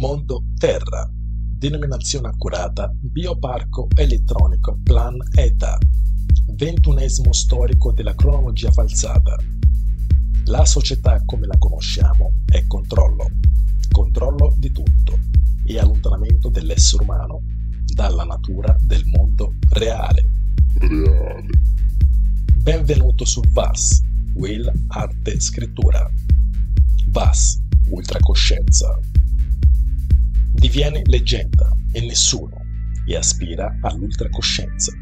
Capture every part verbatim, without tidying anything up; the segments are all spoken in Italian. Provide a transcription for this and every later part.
Mondo Terra, denominazione accurata Bioparco Elettronico Plan ETA, ventunesimo storico della cronologia falsata. La società come la conosciamo è controllo, controllo di tutto e allontanamento dell'essere umano dalla natura del mondo reale. Reale. Benvenuto su V A S, Will Arte Scrittura. V A S, ultracoscienza. Diviene leggenda e nessuno e aspira all'ultracoscienza.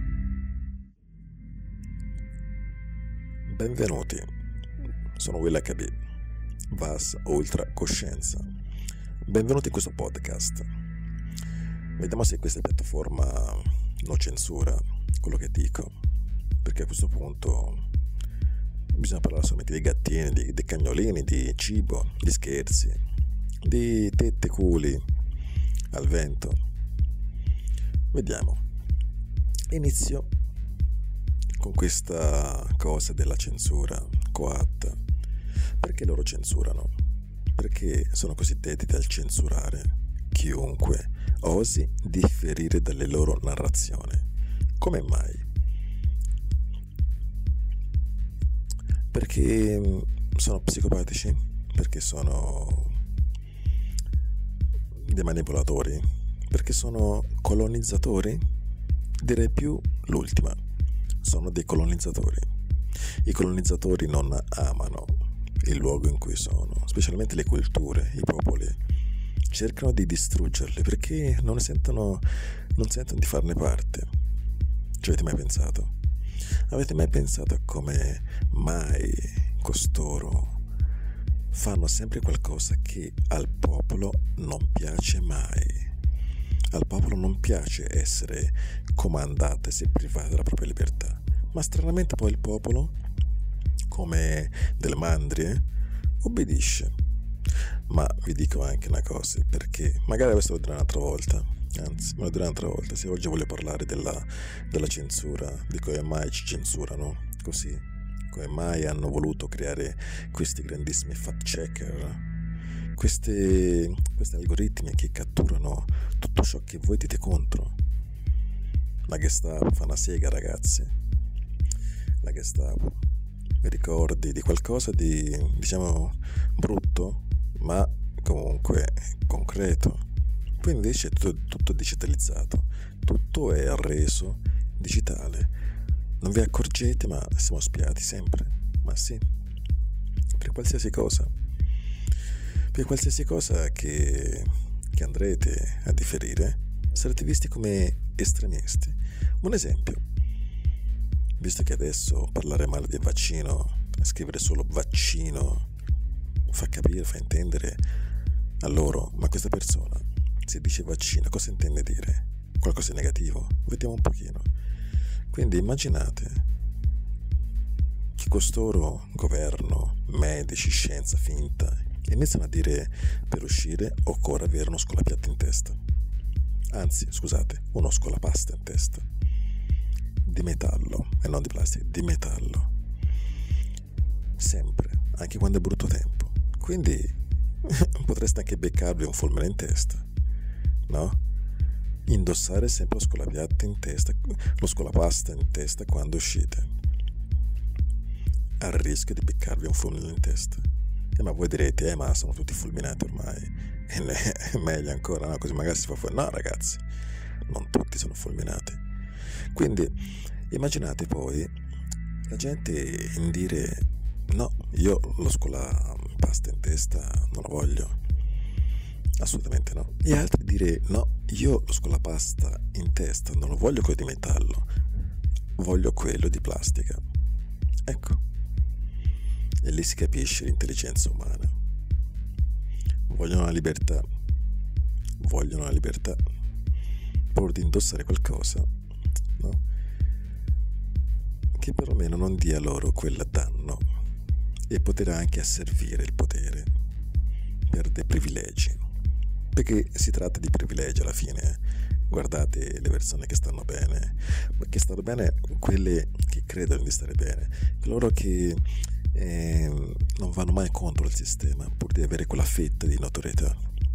Benvenuti, sono Will H B, V A S Ultracoscienza. Benvenuti in questo podcast. Vediamo se questa piattaforma non censura quello che dico, perché a questo punto bisogna parlare solamente di gattini, di, di cagnolini, di cibo, di scherzi, di tette, culi al vento. Vediamo. Inizio con questa cosa della censura coatta. Perché loro censurano? Perché sono così dediti al censurare chiunque osi differire dalle loro narrazioni. Come mai? Perché sono psicopatici? Perché sono dei manipolatori? Perché sono colonizzatori? Direi più l'ultima. Sono dei colonizzatori. I colonizzatori non amano il luogo in cui sono, specialmente le culture, i popoli. Cercano di distruggerli perché non ne sentono, non sentono di farne parte. Ci avete mai pensato? Avete mai pensato a come mai costoro fanno sempre qualcosa che al popolo non piace mai? Al popolo non piace essere comandata e si privata della propria libertà, ma stranamente poi il popolo, come delle mandrie, obbedisce. Ma vi dico anche una cosa, perché magari questo lo dirò un'altra volta, anzi me lo dirò un'altra volta, se oggi voglio parlare della, della censura, di come mai ci censurano così, come mai hanno voluto creare questi grandissimi fact checker, questi, questi algoritmi che catturano tutto ciò che voi dite contro. La Gestapo fa una sega, ragazzi. La Gestapo. Mi ricordi di qualcosa di, diciamo, brutto, ma comunque concreto. Qui invece è tutto, tutto digitalizzato, tutto è reso digitale. Non vi accorgete, ma siamo spiati sempre. Ma sì, per qualsiasi cosa. Per qualsiasi cosa che, che andrete a differire, sarete visti come estremisti. Un esempio. Visto che adesso parlare male del vaccino, scrivere solo vaccino, fa capire, fa intendere a loro, ma questa persona, se dice vaccino, cosa intende dire? Qualcosa di negativo? Vediamo un pochino. Quindi immaginate che costoro, governo, medici, scienza finta, iniziano a dire per uscire occorre avere uno scolapiatto in testa. Anzi, scusate, uno scolapasta in testa. Di metallo, e non di plastica, di metallo. Sempre, anche quando è brutto tempo. Quindi potreste anche beccarvi un fulmine in testa, no? Indossare sempre lo scolapiatto in testa, lo scolapasta in testa quando uscite, a rischio di beccarvi un fulmine in testa. Eh, ma voi direte, eh ma sono tutti fulminati ormai, e è meglio ancora, no? Così magari si fa fuori. No, ragazzi, non tutti sono fulminati. Quindi immaginate poi la gente in dire no, io lo scolapasta in testa non lo voglio, assolutamente no, e altri dire no, io lo scolapasta in testa non lo voglio quello di metallo, voglio quello di plastica. Ecco, e lì si capisce l'intelligenza umana. Vogliono la libertà, vogliono la libertà pur di indossare qualcosa, no? Che perlomeno non dia loro quel danno e poter anche asservire il potere per dei privilegi, perché si tratta di privilegi alla fine. Guardate le persone che stanno bene, ma che stanno bene, quelle che credono di stare bene, coloro che eh, non vanno mai contro il sistema pur di avere quella fetta di notorietà.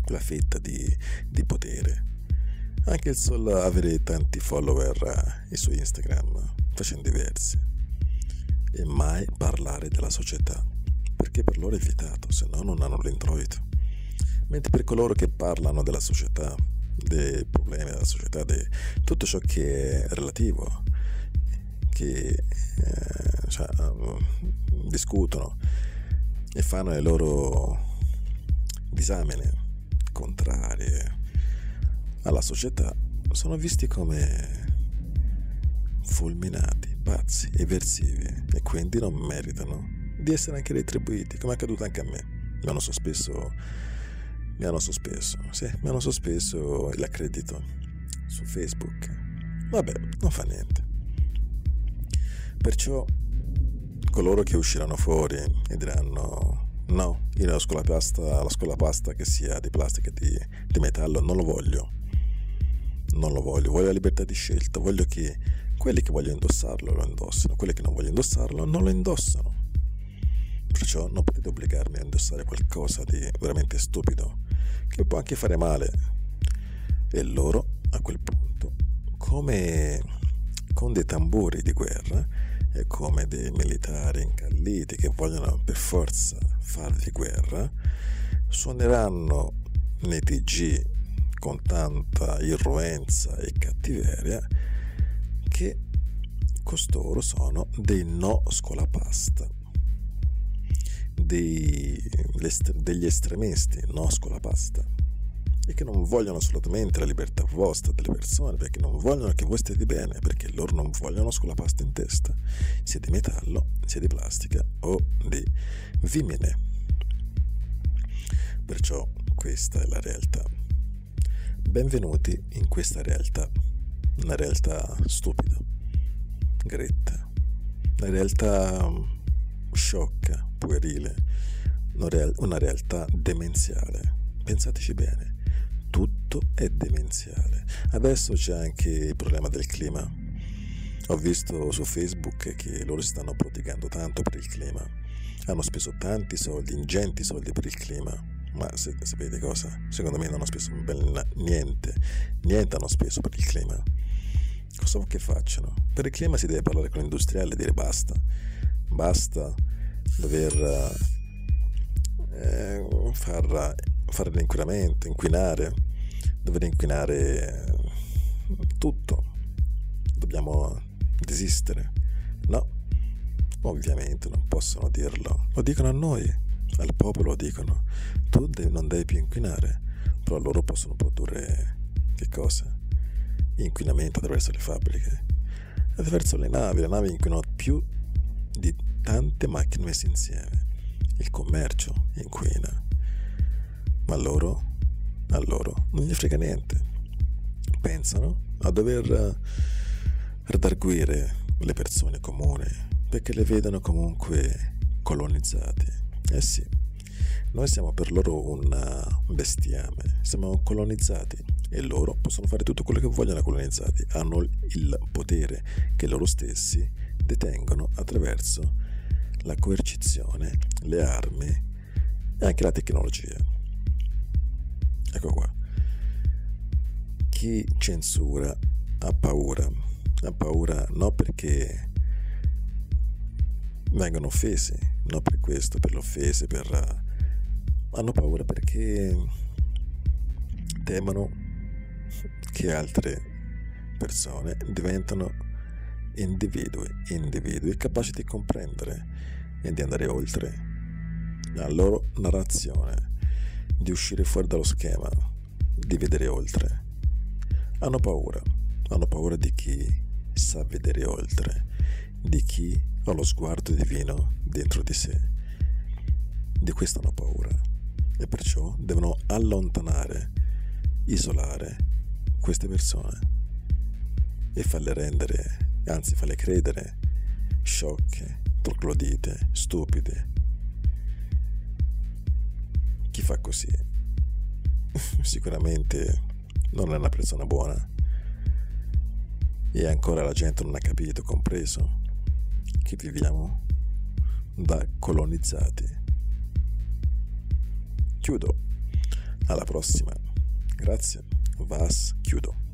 quella fetta di, di potere, anche il solo avere tanti follower eh, su Instagram, facendo diversi, e mai parlare della società, perché per loro è vietato, se no non hanno l'introito. Mentre per coloro che parlano della società, dei problemi della società, di tutto ciò che è relativo, che eh, cioè, discutono e fanno le loro disamine contrarie alla società, sono visti come fulminati, pazzi, eversivi, e quindi non meritano di essere anche retribuiti, come è accaduto anche a me. Mi hanno sospeso mi hanno sospeso sì, mi hanno sospeso l'accredito su Facebook. Vabbè, non fa niente. Perciò coloro che usciranno fuori e diranno no, io la scuola pasta, la scuola pasta che sia di plastica e di, di metallo non lo voglio, non lo voglio, voglio la libertà di scelta, voglio che quelli che vogliono indossarlo lo indossano, quelli che non vogliono indossarlo non lo indossano. Perciò non potete obbligarmi a indossare qualcosa di veramente stupido, che può anche fare male. E loro, a quel punto, come con dei tamburi di guerra e come dei militari incalliti che vogliono per forza farvi guerra, suoneranno nei T G con tanta irruenza e cattiveria che costoro sono dei no scolapasta, dei, degli estremisti no scolapasta, e che non vogliono assolutamente la libertà vostra delle persone, perché non vogliono che voi stiate bene, perché loro non vogliono scolapasta in testa, sia di metallo, sia di plastica o di vimine. Perciò questa è la realtà. Benvenuti in questa realtà, una realtà stupida, gretta, una realtà sciocca, puerile, una realtà demenziale. Pensateci bene, tutto è demenziale. Adesso c'è anche il problema del clima. Ho visto su Facebook che loro stanno prodigando tanto per il clima, hanno speso tanti soldi, ingenti soldi per il clima. Ma se, sapete cosa? Secondo me non hanno speso ben niente, niente hanno speso per il clima. Cosa vuoi che facciano? Per il clima si deve parlare con l'industriale e dire basta, basta dover eh, far, fare l'inquinamento, inquinare, dover inquinare tutto, dobbiamo desistere. No, ovviamente non possono dirlo, lo dicono a noi, al popolo lo dicono, tu non devi più inquinare, però loro possono produrre che cosa? Inquinamento attraverso le fabbriche, attraverso le navi. Le navi inquinano più di tante macchine messe insieme, il commercio inquina, ma loro, a loro non gli frega niente, pensano a dover redarguire le persone comuni perché le vedono comunque colonizzate. Eh sì, noi siamo per loro un bestiame, siamo colonizzati e loro possono fare tutto quello che vogliono colonizzati, hanno il potere che loro stessi detengono attraverso la coercizione, le armi e anche la tecnologia. Ecco qua, chi censura ha paura, ha paura non perché vengono offesi, non per questo, per le offese, per hanno paura perché temono che altre persone diventano individui, individui capaci di comprendere e di andare oltre la loro narrazione, di uscire fuori dallo schema, di vedere oltre. Hanno paura, hanno paura di chi sa vedere oltre, di chi ha lo sguardo divino dentro di sé. Di questo hanno paura e perciò devono allontanare, isolare queste persone e farle rendere, anzi farle credere sciocche, troglodite, stupide. Chi fa così sicuramente non è una persona buona, e ancora la gente non ha capito, compreso che viviamo da colonizzati. Chiudo. Alla prossima. Grazie. Vas, chiudo.